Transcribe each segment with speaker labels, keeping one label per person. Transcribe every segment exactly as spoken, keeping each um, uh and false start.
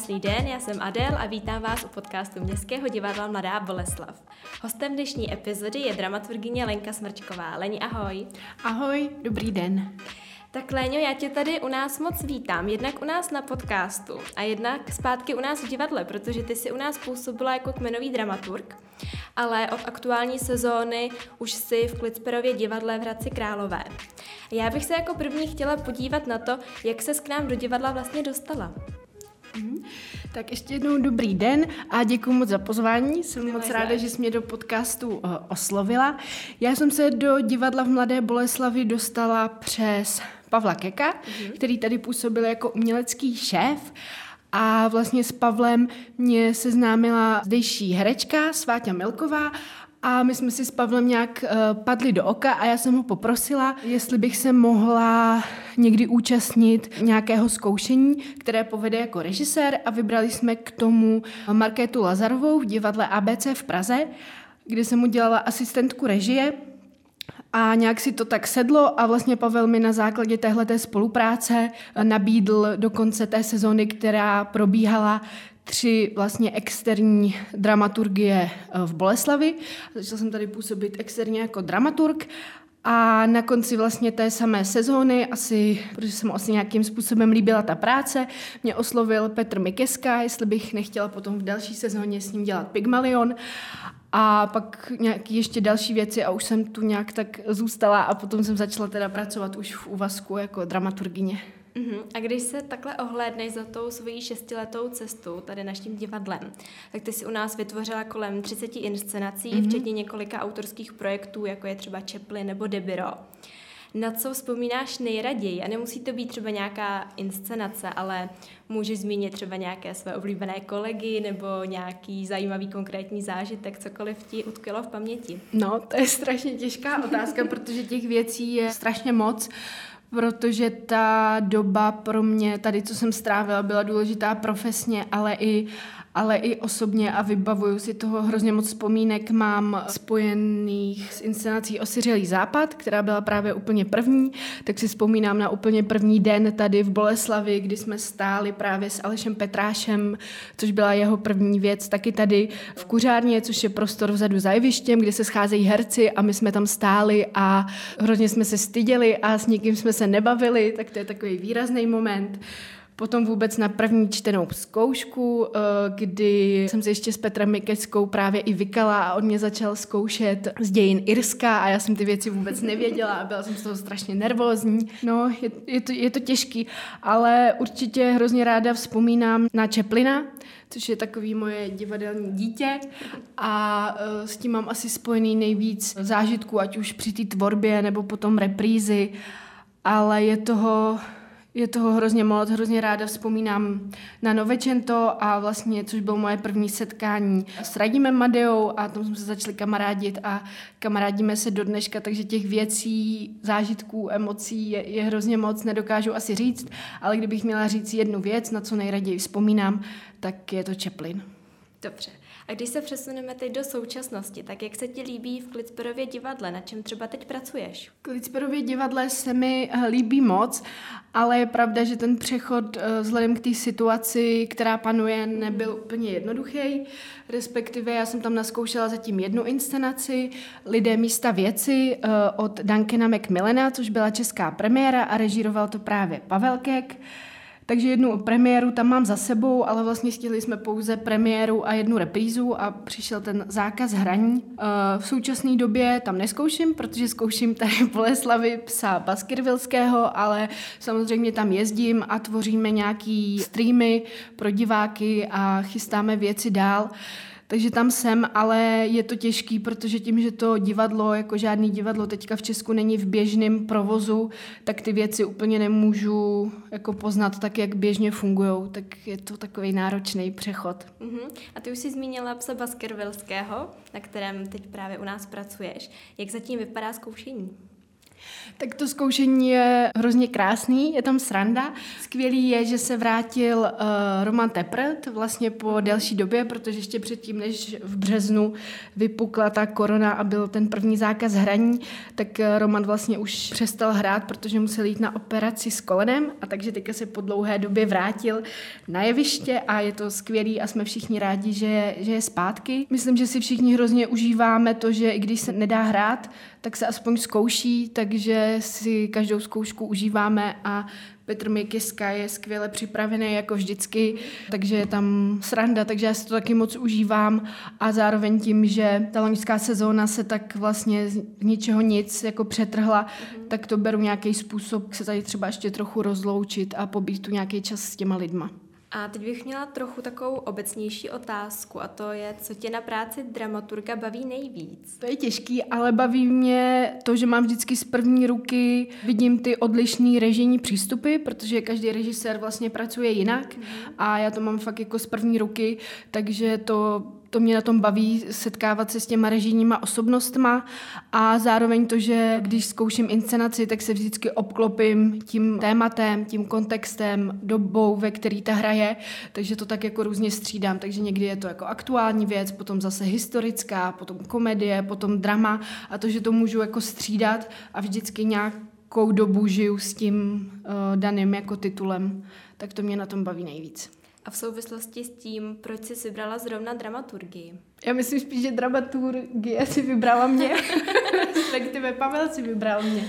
Speaker 1: Krásný den, já jsem Adél a vítám vás u podcastu Městského divadla Mladá Boleslav. Hostem dnešní epizody je dramaturgyně Lenka Smrčková. Leni, ahoj.
Speaker 2: Ahoj, dobrý den.
Speaker 1: Tak Léňo, já tě tady u nás moc vítám, jednak u nás na podcastu a jednak zpátky u nás v divadle, protože ty jsi u nás působila jako kmenový dramaturg, ale od aktuální sezóny už jsi v Klicperově divadle v Hradci Králové. Já bych se jako první chtěla podívat na to, jak ses k nám do divadla vlastně dostala.
Speaker 2: Mm, tak ještě jednou dobrý den a děkuji moc za pozvání. Jsem Dělej moc ráda, že jsi mě do podcastu uh, oslovila. Já jsem se do divadla v Mladé Boleslavi dostala přes Pavla Keka, mm-hmm. který tady působil jako umělecký šéf. A vlastně s Pavlem mě seznámila zdejší herečka Sváťa Milková a my jsme si s Pavlem nějak uh, padli do oka a já jsem ho poprosila, jestli bych se mohla někdy účastnit nějakého zkoušení, které povede jako režisér, a vybrali jsme k tomu Markétu Lazarovou v divadle A B C v Praze, kde jsem udělala asistentku režie. A nějak si to tak sedlo a vlastně Pavel mi na základě téhleté spolupráce nabídl do konce té sezóny, která probíhala, tři vlastně externí dramaturgie v Boleslavi. Začala jsem tady působit externě jako dramaturg a na konci vlastně té samé sezóny, asi, protože jsem asi nějakým způsobem líbila ta práce, mě oslovil Petr Mikeska, jestli bych nechtěla potom v další sezóně s ním dělat Pygmalion. A pak nějaké ještě další věci a už jsem tu nějak tak zůstala a potom jsem začala teda pracovat už v úvazku jako dramaturgyně.
Speaker 1: Uh-huh. A když se takhle ohlédneš za tou svojí šestiletou cestu tady naším divadlem, tak ty si u nás vytvořila kolem třicet inscenací, uh-huh. včetně několika autorských projektů, jako je třeba Chaplin nebo Debiro. Na co vzpomínáš nejraději? A nemusí to být třeba nějaká inscenace, ale můžeš zmínit třeba nějaké své oblíbené kolegy nebo nějaký zajímavý konkrétní zážitek, cokoliv ti utkvělo v paměti.
Speaker 2: No, to je strašně těžká otázka, protože těch věcí je strašně moc, protože ta doba pro mě, tady co jsem strávila, byla důležitá profesně, ale i ale i osobně a vybavuju si toho hrozně moc vzpomínek. Mám spojených s inscenací Osiřelý západ, která byla právě úplně první, tak si vzpomínám na úplně první den tady v Boleslavi, kdy jsme stáli právě s Alešem Petrášem, což byla jeho první věc, taky tady v Kuřárně, což je prostor vzadu za jevištěm, kde se scházejí herci a my jsme tam stáli a hrozně jsme se styděli a s nikým jsme se nebavili, tak to je takový výrazný moment. Potom vůbec na první čtenou zkoušku, kdy jsem se ještě s Petrem Mikeskou právě i vykala a on mě začal zkoušet z dějin Irska a já jsem ty věci vůbec nevěděla a byla jsem z toho strašně nervózní. No, je, je, to, je to těžký, ale určitě hrozně ráda vzpomínám na Chaplina, což je takový moje divadelní dítě a s tím mám asi spojený nejvíc zážitků, ať už při té tvorbě nebo potom reprízy, ale je toho... Je toho hrozně moc, hrozně ráda vzpomínám na Novecento a vlastně, což bylo moje první setkání s Radimem Madeou a tam jsme se začali kamarádit a kamarádíme se do dneška, takže těch věcí, zážitků, emocí je, je hrozně moc, nedokážu asi říct, ale kdybych měla říct jednu věc, na co nejraději vzpomínám, tak je to Chaplin.
Speaker 1: Dobře. A když se přesuneme teď do současnosti, tak jak se ti líbí v Klicperově divadle? Na čem třeba teď pracuješ?
Speaker 2: V Klicperově divadle se mi líbí moc, ale je pravda, že ten přechod vzhledem k té situaci, která panuje, nebyl úplně jednoduchý. Respektive já jsem tam naskoušela zatím jednu inscenaci Lidé, místa, věci od Duncana Macmillana, což byla česká premiéra a režíroval to právě Pavel Kek. Takže jednu premiéru tam mám za sebou, ale vlastně stihli jsme pouze premiéru a jednu reprízu a přišel ten zákaz hraní. V současné době tam neskouším, protože zkouším tady v Boleslavi Psa Baskervillského, ale samozřejmě tam jezdím a tvoříme nějaký streamy pro diváky a chystáme věci dál. Takže tam jsem, ale je to těžký, protože tím, že to divadlo, jako žádný divadlo teďka v Česku není v běžném provozu, tak ty věci úplně nemůžu jako poznat tak, jak běžně fungujou, tak je to takový náročný přechod.
Speaker 1: Uh-huh. A ty už jsi zmínila Psa Baskervillského, na kterém teď právě u nás pracuješ. Jak zatím vypadá zkoušení?
Speaker 2: Tak to zkoušení je hrozně krásný, je tam sranda. Skvělý je, že se vrátil uh, Roman Teprd vlastně po delší době, protože ještě předtím, než v březnu vypukla ta korona a byl ten první zákaz hraní, tak uh, Roman vlastně už přestal hrát, protože musel jít na operaci s kolenem a takže teďka se po dlouhé době vrátil na jeviště a je to skvělý a jsme všichni rádi, že je, že je zpátky. Myslím, že si všichni hrozně užíváme to, že i když se nedá hrát, tak se aspoň zkouší, takže si každou zkoušku užíváme a Petr Mikiska je skvěle připravený jako vždycky, takže je tam sranda, takže já si to taky moc užívám a zároveň tím, že ta loňská sezóna se tak vlastně z ničeho nic jako přetrhla, mm. tak to beru nějaký způsob se tady třeba ještě trochu rozloučit a pobít tu nějaký čas s těma lidma.
Speaker 1: A teď bych měla trochu takovou obecnější otázku a to je, co tě na práci dramaturga baví nejvíc?
Speaker 2: To je těžký, ale baví mě to, že mám vždycky z první ruky, vidím ty odlišný režijní přístupy, protože každý režisér vlastně pracuje jinak mm. a já to mám fakt jako z první ruky, takže to... To mě na tom baví setkávat se s těma režijníma osobnostma a zároveň to, že když zkouším inscenaci, tak se vždycky obklopím tím tématem, tím kontextem, dobou, ve který ta hra je, takže to tak jako různě střídám, takže někdy je to jako aktuální věc, potom zase historická, potom komedie, potom drama a to, že to můžu jako střídat a vždycky nějakou dobu žiju s tím uh, daným jako titulem, tak to mě na tom baví nejvíc.
Speaker 1: A v souvislosti s tím, proč jsi vybrala zrovna dramaturgii?
Speaker 2: Já myslím spíš, že dramaturgie si vybrala mě, respektive Pavel si vybral mě.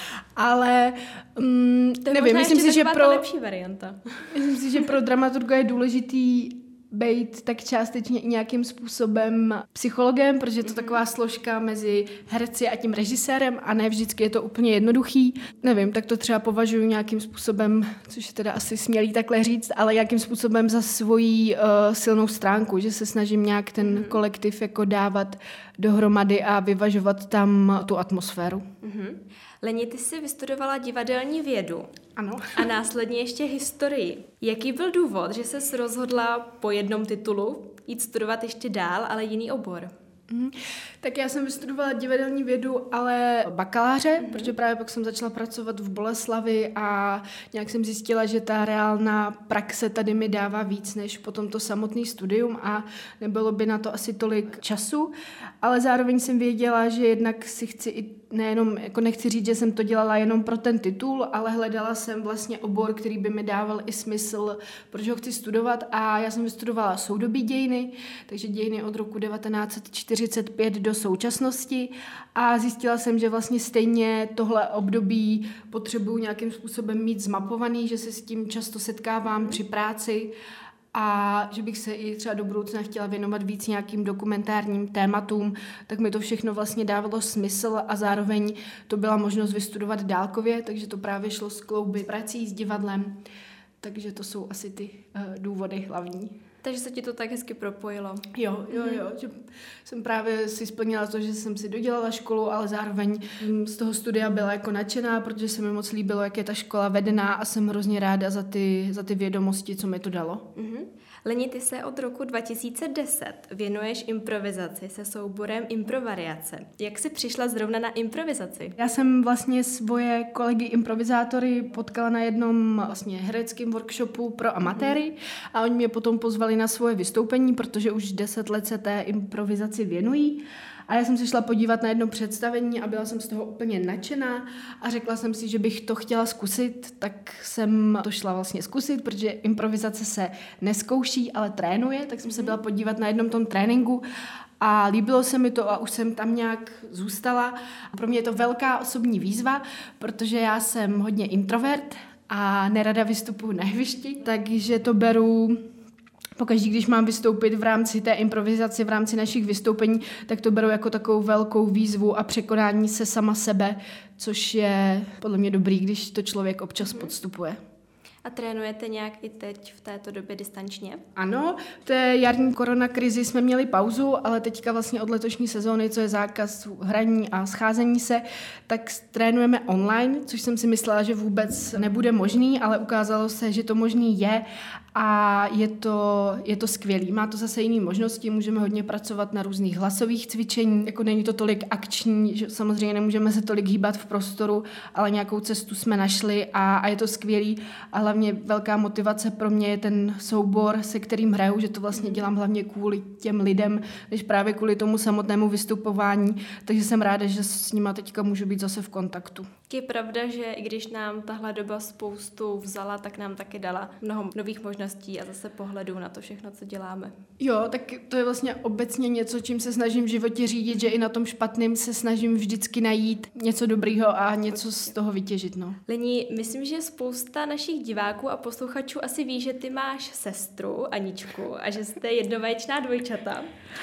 Speaker 2: Ale um,
Speaker 1: to je
Speaker 2: nevím, myslím si, že pro...
Speaker 1: lepší varianta.
Speaker 2: Myslím si, že pro dramaturga je důležitý být tak částečně i nějakým způsobem psychologem, protože je to taková složka mezi herci a tím režisérem a ne vždycky je to úplně jednoduchý. Nevím, tak to třeba považuji nějakým způsobem, což je teda asi smělý takhle říct, ale nějakým způsobem za svoji uh, silnou stránku, že se snažím nějak ten kolektiv jako dávat dohromady a vyvažovat tam tu atmosféru.
Speaker 1: Mm-hmm. Leni, ty jsi vystudovala divadelní vědu.
Speaker 2: Ano.
Speaker 1: A následně ještě historii. Jaký byl důvod, že ses rozhodla po jednom titulu jít studovat ještě dál, ale jiný obor?
Speaker 2: Mm. Tak já jsem vystudovala divadelní vědu, ale bakaláře, mm. protože právě pak jsem začala pracovat v Boleslavi a nějak jsem zjistila, že ta reálná praxe tady mi dává víc než potom to samotný studium a nebylo by na to asi tolik času, ale zároveň jsem věděla, že jednak si chci i nejenom, jako nechci říct, že jsem to dělala jenom pro ten titul, ale hledala jsem vlastně obor, který by mi dával i smysl, protože ho chci studovat a já jsem vystudovala soudobí dějiny, takže dějiny od roku devatenáct set čtyřicet pět do současnosti a zjistila jsem, že vlastně stejně tohle období potřebuju nějakým způsobem mít zmapovaný, že se s tím často setkávám při práci a že bych se i třeba do budoucna chtěla věnovat víc nějakým dokumentárním tématům, tak mi to všechno vlastně dávalo smysl a zároveň to byla možnost vystudovat dálkově, takže to právě šlo skloubit prací s divadlem, takže to jsou asi ty uh, důvody hlavní.
Speaker 1: Takže se ti to tak hezky propojilo.
Speaker 2: Jo, jo, jo, že jsem právě si splnila to, že jsem si dodělala školu, ale zároveň z toho studia byla jako nadšená, protože se mi moc líbilo, jak je ta škola vedená a jsem hrozně ráda za ty, za ty vědomosti, co mi to dalo.
Speaker 1: Mm-hmm. Leni, ty se od roku dva tisíce deset věnuješ improvizaci se souborem Improvariace. Jak jsi přišla zrovna na improvizaci?
Speaker 2: Já jsem vlastně svoje kolegy improvizátory potkala na jednom vlastně hereckém workshopu pro amatéry a oni mě potom pozvali na svoje vystoupení, protože už deset let se té improvizaci věnují. A já jsem se šla podívat na jedno představení a byla jsem z toho úplně nadšená a řekla jsem si, že bych to chtěla zkusit, tak jsem to šla vlastně zkusit, protože improvizace se neskouší, ale trénuje, tak jsem se byla podívat na jednom tom tréninku a líbilo se mi to a už jsem tam nějak zůstala. A pro mě je to velká osobní výzva, protože já jsem hodně introvert a nerada vystupuji na jevišti, takže to beru... Pokaždý, když mám vystoupit v rámci té improvizace, v rámci našich vystoupení, tak to beru jako takovou velkou výzvu a překonání se sama sebe, což je podle mě dobrý, když to člověk občas podstupuje.
Speaker 1: A trénujete nějak i teď v této době distančně?
Speaker 2: Ano, v té jarní koronakrizi jsme měli pauzu, ale teďka vlastně od letošní sezóny, co je zákaz hraní a scházení se, tak trénujeme online, což jsem si myslela, že vůbec nebude možný, ale ukázalo se, že to možný je a je to, je to skvělý. Má to zase jiné možnosti, můžeme hodně pracovat na různých hlasových cvičení, jako není to tolik akční, že samozřejmě nemůžeme se tolik hýbat v prostoru, ale nějakou cestu jsme našli a, a je to skvělý a hlavně velká motivace pro mě je ten soubor, se kterým hraju, že to vlastně dělám hlavně kvůli těm lidem, než právě kvůli tomu samotnému vystupování, takže jsem ráda, že s nima teďka můžu být zase v kontaktu.
Speaker 1: Je pravda, že i když nám tahle doba spoustu vzala, tak nám taky dala mnoho nových možností a zase pohledů na to všechno, co děláme.
Speaker 2: Jo, tak to je vlastně obecně něco, čím se snažím v životě řídit, že i na tom špatným se snažím vždycky najít něco dobrýho a něco z toho vytěžit. No.
Speaker 1: Lení, myslím, že spousta našich diváků a posluchačů asi ví, že ty máš sestru Aničku a že jste jednovaječná dvojčata.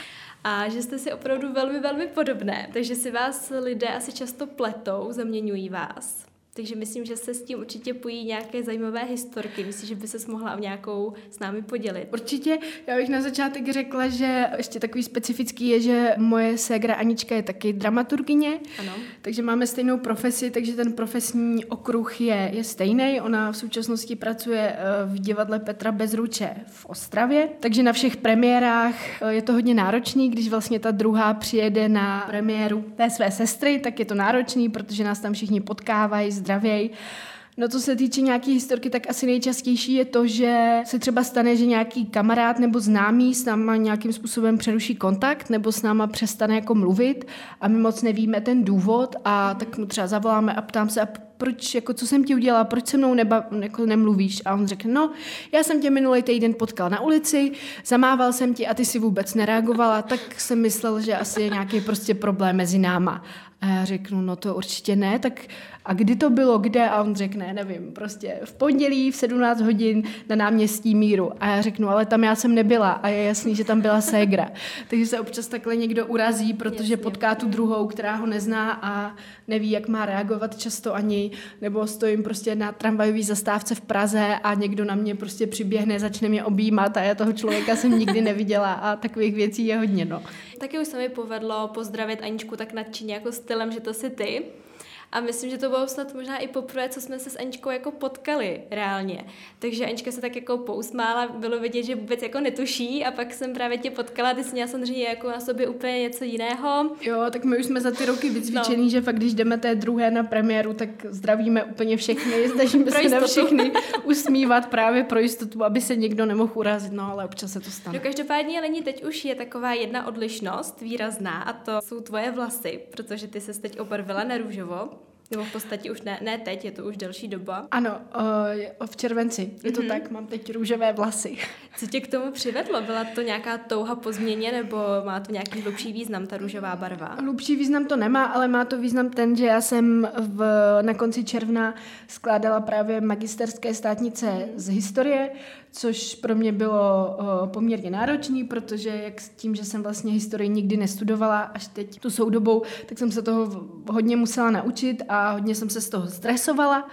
Speaker 1: A že jste si opravdu velmi, velmi podobné, takže si vás lidé asi často pletou, zaměňují vás. Takže myslím, že se s tím určitě pojí nějaké zajímavé historky. Myslím, že by ses mohla o nějakou s námi podělit.
Speaker 2: Určitě. Já bych na začátek řekla, že ještě takový specifický je, že moje ségra Anička je taky dramaturgyně.
Speaker 1: Ano.
Speaker 2: Takže máme stejnou profesi, takže ten profesní okruh je, je stejný. Ona v současnosti pracuje v divadle Petra Bezruče v Ostravě. Takže na všech premiérách je to hodně náročný, když vlastně ta druhá přijede na premiéru té své sestry, tak je to náročný, protože nás tam všichni potkávají, zdravěj. No co se týče nějaký historky, tak asi nejčastější je to, že se třeba stane, že nějaký kamarád nebo známý s náma nějakým způsobem přeruší kontakt nebo s náma přestane jako mluvit a my moc nevíme ten důvod a tak mu třeba zavoláme a ptám se, a proč, jako co jsem ti udělala, proč se mnou neba, jako nemluvíš? A on řekne, no, já jsem tě minulý týden potkal na ulici, zamával jsem ti a ty si vůbec nereagovala, tak jsem myslel, že asi je nějaký prostě problém mezi náma. A já řeknu, no to určitě ne, tak a kdy to bylo, kde? A on řekne, nevím, prostě v pondělí v sedmnáct hodin na náměstí Míru. A já řeknu, ale tam já jsem nebyla a je jasný, že tam byla ségra. Takže se občas takhle někdo urazí, protože Jasně. potká tu druhou, která ho nezná a neví, jak má reagovat často ani, nebo stojím prostě na tramvajové zastávce v Praze a někdo na mě prostě přiběhne, začne mě objímat a já toho člověka jsem nikdy neviděla a takových věcí je hodně, no.
Speaker 1: Taky už se mi povedlo pozdravit Aničku tak nadšeně jako stylem, že to jsi ty. A myslím, že to bylo snad možná i poprvé, co jsme se s Aničkou jako potkali reálně. Takže Anička se tak jako pousmála, bylo vidět, že vůbec jako netuší a pak jsem právě tě potkala, ty jsi měla samozřejmě jako na sobě úplně něco jiného.
Speaker 2: Jo, tak my už jsme za ty roky vycvičený, no. že fakt když jdeme té druhé na premiéru, tak zdravíme úplně všechny, snažíme se na všechny usmívat právě pro jistotu, aby se někdo nemohl urazit, no ale občas se to stane.
Speaker 1: No každopádně, Lení, teď už je taková jedna odlišnost výrazná a to jsou tvoje vlasy, protože ty ses teď obarvila na růžovo. Nebo v podstatě už ne, ne teď, je to už delší doba.
Speaker 2: Ano, o, v červenci. Je to mm-hmm. tak, mám teď růžové vlasy.
Speaker 1: Co tě k tomu přivedlo? Byla to nějaká touha po změně, nebo má to nějaký hlubší význam, ta růžová barva?
Speaker 2: Hlubší význam to nemá, ale má to význam ten, že já jsem v, na konci června skládala právě magisterské státnice z historie, což pro mě bylo o, poměrně náročný, protože jak s tím, že jsem vlastně historii nikdy nestudovala až teď tu soudobou, tak jsem se toho hodně musela naučit a hodně jsem se z toho stresovala.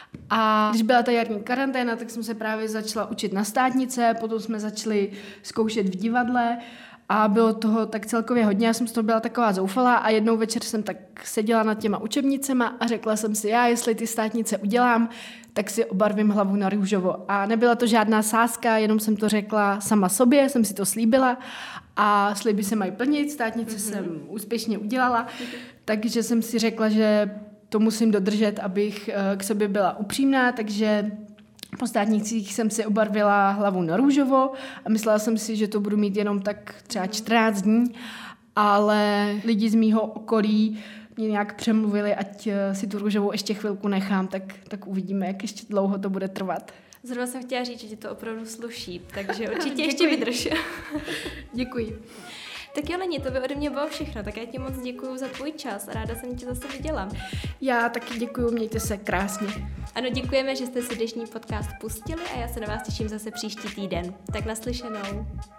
Speaker 2: A když byla ta jarní karanténa, tak jsem se právě začala učit na státnice, potom jsme začali zkoušet v divadle a bylo toho tak celkově hodně, já jsem z toho byla taková zoufalá a jednou večer jsem tak seděla nad těma učebnicema a řekla jsem si, já jestli ty státnice udělám, tak si obarvím hlavu na růžovo. A nebyla to žádná sázka, jenom jsem to řekla sama sobě, jsem si to slíbila a sliby se mají plnit, státnice mm-hmm. jsem úspěšně udělala, mm-hmm. takže jsem si řekla, že to musím dodržet, abych k sobě byla upřímná, takže po státnicích jsem si obarvila hlavu na růžovo a myslela jsem si, že to budu mít jenom tak třeba čtrnáct dní, ale lidi z mýho okolí mě nějak přemluvili, ať si tu růžovou ještě chvilku nechám, tak, tak uvidíme, jak ještě dlouho to bude trvat.
Speaker 1: Zrovna jsem chtěla říct, že ti to opravdu sluší, takže určitě ještě vydrž.
Speaker 2: Děkuji.
Speaker 1: Tak jo, Lení, to by ode mě bylo všechno, tak já ti moc děkuju za tvůj čas a ráda jsem tě zase viděla.
Speaker 2: Já taky děkuju, mějte se krásně.
Speaker 1: Ano, děkujeme, že jste si dnešní podcast pustili a já se na vás těším zase příští týden. Tak naslyšenou.